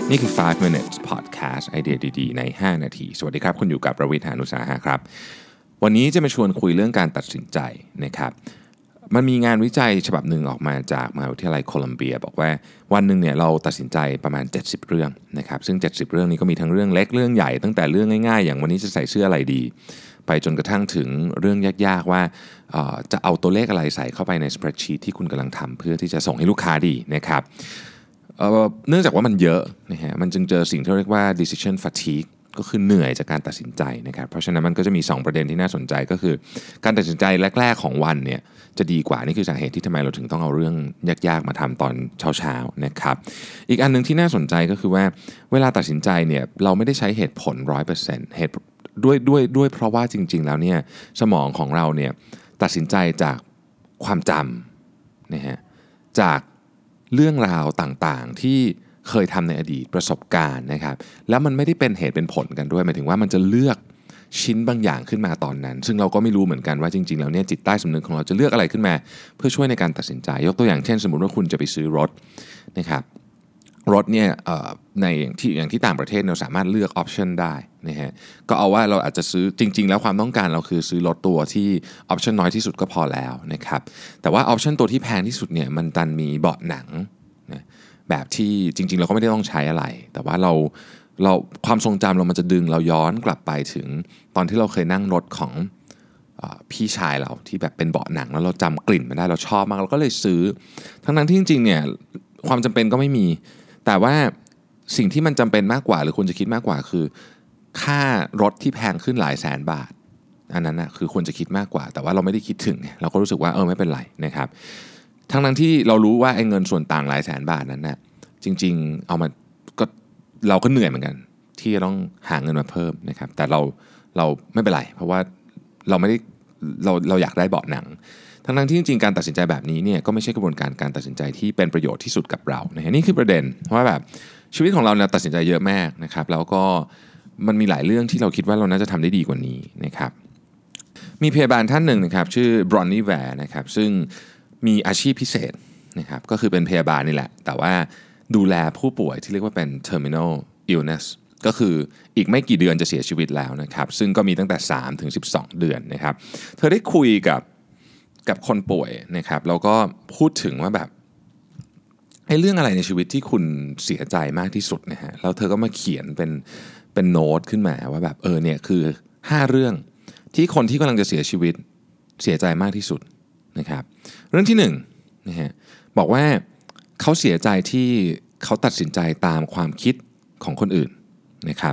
นี่คือ 5 minutes podcast ไอเดียดีๆใน5นาทีสวัสดีครับคุณอยู่กับประวิทย์ หาญอุตสาหะครับวันนี้จะมาชวนคุยเรื่องการตัดสินใจนะครับมันมีงานวิจัยฉบับหนึ่งออกมาจากมหาวิทยาลัยโคลัมเบียบอกว่าวันหนึ่งเนี่ยเราตัดสินใจประมาณ70เรื่องนะครับซึ่ง70เรื่องนี้ก็มีทั้งเรื่องเล็กเรื่องใหญ่ตั้งแต่เรื่องง่ายๆอย่างวันนี้จะใส่เสื้ออะไรดีไปจนกระทั่งถึงเรื่องยากๆว่าจะเอาตัวเลขอะไรใส่เข้าไปใน spreadsheet ที่คุณกำลังทำเพื่อที่จะส่งให้ลูกค้าดีนะครับเนื่องจากว่ามันเยอะนะฮะมันจึงเจอสิ่งที่เรียกว่า decision fatigue ก็คือเหนื่อยจากการตัดสินใจนะครับเพราะฉะนั้นมันก็จะมี2ประเด็นที่น่าสนใจก็คือการตัดสินใจแรกๆของวันเนี่ยจะดีกว่านี่คือสาเหตุที่ทำไมเราถึงต้องเอาเรื่องยากๆมาทำตอนเช้าๆนะครับอีกอันนึงที่น่าสนใจก็คือว่าเวลาตัดสินใจเนี่ยเราไม่ได้ใช้เหตุผล 100% เหตุด้วยเพราะว่าจริงๆแล้วเนี่ยสมองของเราเนี่ยตัดสินใจจากความจำนะฮะจากเรื่องราวต่างๆที่เคยทำในอดีตประสบการณ์นะครับแล้วมันไม่ได้เป็นเหตุเป็นผลกันด้วยหมายถึงว่ามันจะเลือกชิ้นบางอย่างขึ้นมาตอนนั้นซึ่งเราก็ไม่รู้เหมือนกันว่าจริงๆแล้วเนี่ยจิตใต้สำนึกของเราจะเลือกอะไรขึ้นมาเพื่อช่วยในการตัดสินใจยกตัวอย่างเช่นสมมุติว่าคุณจะไปซื้อรถนะครับรถเนี่ยในอย่างที่ต่างประเทศเราสามารถเลือกออปชันได้นะฮะก็เอาว่าเราอาจจะซื้อจริงๆแล้วความต้องการเราคือซื้อรถตัวที่ออปชันน้อยที่สุดก็พอแล้วนะครับแต่ว่าออปชันตัวที่แพงที่สุดเนี่ยมันดันมีเบาะหนังนะแบบที่จริงๆเราก็ไม่ได้ต้องใช้อะไรแต่ว่าเราความทรงจำเรามันจะดึงเราย้อนกลับไปถึงตอนที่เราเคยนั่งรถของพี่ชายเราที่แบบเป็นเบาะหนังแล้วเราจำกลิ่นมันได้เราชอบมากเราก็เลยซื้อทั้งที่จริงๆเนี่ยความจำเป็นก็ไม่มีแต่ว่าสิ่งที่มันจำเป็นมากกว่าหรือควรจะคิดมากกว่าคือค่ารถที่แพงขึ้นหลายแสนบาทอันนั้นนะคือควรจะคิดมากกว่าแต่ว่าเราไม่ได้คิดถึงเราก็รู้สึกว่าไม่เป็นไรนะครับทั้งที่เรารู้ว่าไอ้เงินส่วนต่างหลายแสนบาทนั้นนะจริงๆเอามาก็เราก็เหนื่อยเหมือนกันที่จะต้องหาเงินมาเพิ่มนะครับแต่เราไม่เป็นไรเพราะว่าเราไม่ได้เราอยากได้เบาะหนังทั้งที่จริงๆการตัดสินใจแบบนี้เนี่ยก็ไม่ใช่กระบวนการตัดสินใจที่เป็นประโยชน์ที่สุดกับเรานะฮะนี่คือประเด็นว่าแบบชีวิตของเราเนี่ยตัดสินใจเยอะมากนะครับแล้วก็มันมีหลายเรื่องที่เราคิดว่าเราน่าจะทำได้ดีกว่านี้นะครับมีพยาบาลท่านหนึ่งนะครับชื่อบรอนนี่แวร์นะครับซึ่งมีอาชีพพิเศษนะครับก็คือเป็นพยาบาลนี่แหละแต่ว่าดูแลผู้ป่วยที่เรียกว่าเป็น terminal illness ก็คืออีกไม่กี่เดือนจะเสียชีวิตแล้วนะครับซึ่งก็มีตั้งแต่3 ถึง 12 เดือนนะครับเธอได้คุยกับคนป่วยนะครับแล้วก็พูดถึงว่าแบบไอ้เรื่องอะไรในชีวิตที่คุณเสียใจมากที่สุดนะฮะแล้วเธอก็มาเขียนเป็นโน้ตขึ้นมาว่าแบบเนี่ยคือ5เรื่องที่คนที่กำลังจะเสียชีวิตเสียใจมากที่สุดนะครับเรื่องที่1นะฮะบอกว่าเขาเสียใจที่เขาตัดสินใจตามความคิดของคนอื่นนะครับ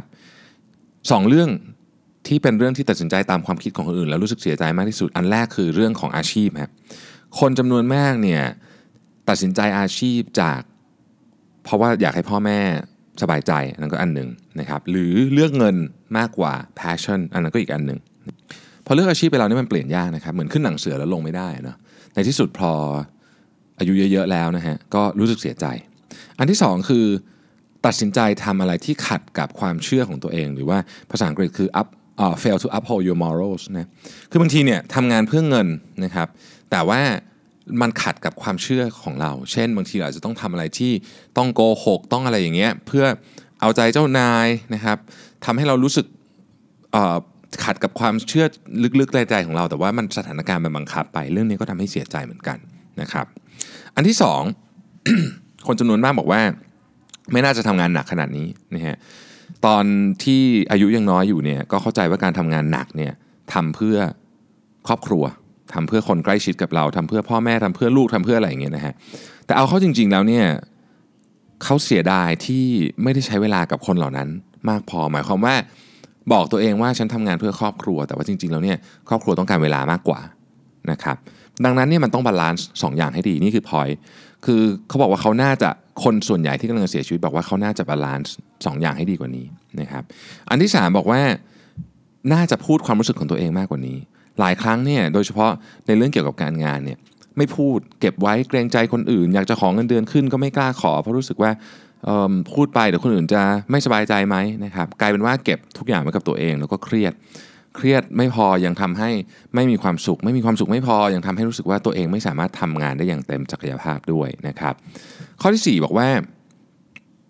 2เรื่องที่เป็นเรื่องที่ตัดสินใจตามความคิดของคนอื่นแล้วรู้สึกเสียใจมากที่สุดอันแรกคือเรื่องของอาชีพครับคนจำนวนมากเนี่ยตัดสินใจอาชีพจากเพราะว่าอยากให้พ่อแม่สบายใจนั่นก็อันหนึ่งนะครับหรือเลือกเงินมากกว่า passion อันนั้นก็อีกอันหนึ่งพอเลือกอาชีพไปแล้วนี่มันเปลี่ยนยากนะครับเหมือนขึ้นหนังเสือแล้วลงไม่ได้นะในที่สุดพออายุเยอะๆแล้วนะฮะก็รู้สึกเสียใจอันที่2คือตัดสินใจทำอะไรที่ขัดกับความเชื่อของตัวเองหรือว่าภาษาอังกฤษคือfail to uphold your morals นะคือบางทีเนี่ยทำงานเพื่อเงินนะครับแต่ว่ามันขัดกับความเชื่อของเราเช่นบางทีเราอาจจะต้องทำอะไรที่ต้องโกหกต้องอะไรอย่างเงี้ยเพื่อเอาใจเจ้านายนะครับทำให้เรารู้สึกขัดกับความเชื่อลึกๆในใจของเราแต่ว่ามันสถานการณ์มันบังคับไปเรื่องนี้ก็ทำให้เสียใจเหมือนกันนะครับอันที่2 คนจำนวนมากบอกว่าไม่น่าจะทำงานหนักขนาดนี้นะฮะตอนที่อายุยังน้อยอยู่เนี่ยก็เข้าใจว่าการทำงานหนักเนี่ยทำเพื่อครอบครัวทำเพื่อคนใกล้ชิดกับเราทำเพื่อพ่อแม่ทำเพื่อลูกทำเพื่ออะไรอย่างเงี้ยนะฮะแต่เอาเข้าจริงๆแล้วเนี่ยเขาเสียดายที่ไม่ได้ใช้เวลากับคนเหล่านั้นมากพอหมายความว่าบอกตัวเองว่าฉันทำงานเพื่อครอบครัวแต่ว่าจริงๆแล้วเนี่ยครอบครัวต้องการเวลามากกว่านะครับดังนั้นเนี่ยมันต้องบาลานซ์2อย่างให้ดีนี่คือ point คือเขาบอกว่าเขาน่าจะคนส่วนใหญ่ที่กำลังเสียชีวิตบอกว่าเขาน่าจะบาลานซ์2อย่างให้ดีกว่านี้นะครับอันที่3บอกว่าน่าจะพูดความรู้สึกของตัวเองมากกว่านี้หลายครั้งเนี่ยโดยเฉพาะในเรื่องเกี่ยวกับการงานเนี่ยไม่พูดเก็บไว้เกรงใจคนอื่นอยากจะขอเงินเดือนขึ้นก็ไม่กล้าขอเพราะรู้สึกว่าพูดไปเดี๋ยวคนอื่นจะไม่สบายใจไหมนะครับกลายเป็นว่าเก็บทุกอย่างไว้กับตัวเองแล้วก็เครียดไม่พอยังทำให้ไม่มีความสุขไม่พอยังทำให้รู้สึกว่าตัวเองไม่สามารถทำงานได้อย่างเต็มศักยภาพด้วยนะครับข้อที่4บอกว่า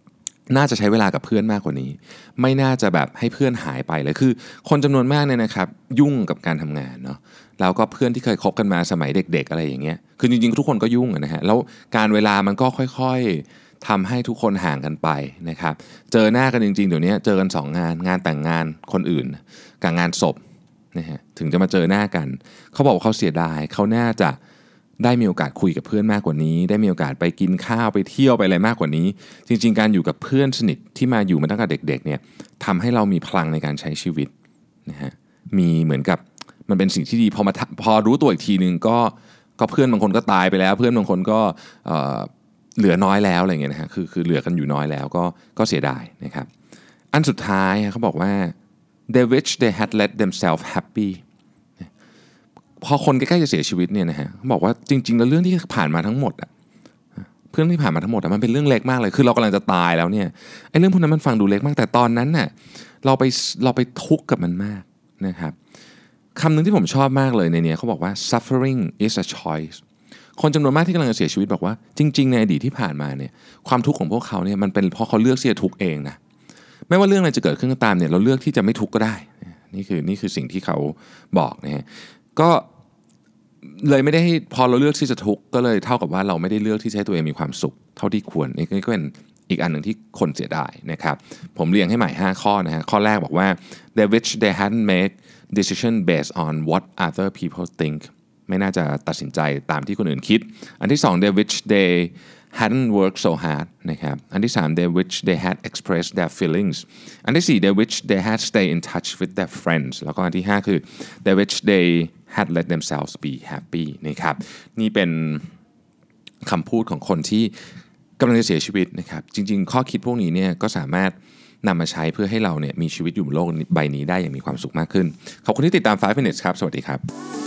น่าจะใช้เวลากับเพื่อนมากกว่านี้ไม่น่าจะแบบให้เพื่อนหายไปเลยคือคนจำนวนมากเนี่ยนะครับยุ่งกับการทำงานเนาะแล้วก็เพื่อนที่เคยคบกันมาสมัยเด็กๆอะไรอย่างเงี้ยคือจริงๆทุกคนก็ยุ่งนะฮะแล้วการเวลามันก็ค่อยๆทำให้ทุกคนห่างกันไปนะครับเจอหน้ากันจริงๆเดี๋ยวนี้เจอกัน2 งานแต่งงานคนอื่นกับงานศพนะฮะถึงจะมาเจอหน้ากันเขาบอกว่าเขาเสียดายเขาน่าจะได้มีโอกาสคุยกับเพื่อนมากกว่านี้ได้มีโอกาสไปกินข้าวไปเที่ยวไปอะไรมากกว่านี้จริงๆการอยู่กับเพื่อนสนิทที่มาอยู่มาตั้งแต่เด็กๆเนี่ยทำให้เรามีพลังในการใช้ชีวิตนะฮะมีเหมือนกับมันเป็นสิ่งที่ดีพอรู้ตัวอีกทีนึงก็เพื่อนบางคนก็ตายไปแล้วเพื่อนบางคนก็เหลือน้อยแล้วอะไรเงี้ยนะฮะคือเหลือกันอยู่น้อยแล้วก็เสียดายนะครับอันสุดท้ายเขาบอกว่า they wish they had let themselves happyพอคนใกล้ๆจะเสียชีวิตเนี่ยนะฮะเขาบอกว่าจริงๆแล้วเรื่องที่ผ่านมาทั้งหมดอะเรื่องที่ผ่านมาทั้งหมดอะมันเป็นเรื่องเล็กมากเลยคือเรากำลังจะตายแล้วเนี่ยไอ้เรื่องพวกนั้นมันฟังดูเล็กมากแต่ตอนนั้นน่ะเราไปทุกข์กับมันมากนะครับคำหนึ่งที่ผมชอบมากเลยในนี้เขาบอกว่า suffering is a choice คนจำนวนมากที่กำลังจะเสียชีวิตบอกว่าจริงๆในอดีตที่ผ่านมาเนี่ยความทุกข์ของพวกเขาเนี่ยมันเป็นเพราะเขาเลือกที่จะทุกข์เองนะไม่ว่าเรื่องอะไรจะเกิดขึ้นก็ตามเนี่ยเราเลือกที่จะไม่ทุกข์ก็ได้นี่คือสิ่งที่เขาบอกนะฮะก็เลยไม่ได้พอเราเลือกที่จะทุกข์ก็เลยเท่ากับว่าเราไม่ได้เลือกที่จะให้ตัวเองมีความสุขเท่าที่ควรนี่ก็เป็นอีกอันหนึ่งที่คนเสียดายนะครับผมเรียงให้ใหม่5ข้อนะฮะข้อแรกบอกว่า they wish they hadn't made decision based on what other people think ไม่น่าจะตัดสินใจตามที่คนอื่นคิดอันที่2 they wish they hadn't worked so hard นะครับอันที่3 they wish they had expressed their feelings อันที่4 they wish they had stay in touch with their friends แล้วก็อันที่5คือ they wish they had let themselves be happy นะครับนี่เป็นคำพูดของคนที่กำลังจะเสียชีวิตนะครับจริงๆข้อคิดพวกนี้เนี่ยก็สามารถนำมาใช้เพื่อให้เราเนี่ยมีชีวิตอยู่บนโลกใบนี้ได้อย่างมีความสุขมากขึ้นขอบคุณที่ติดตาม5 minutes ครับสวัสดีครับ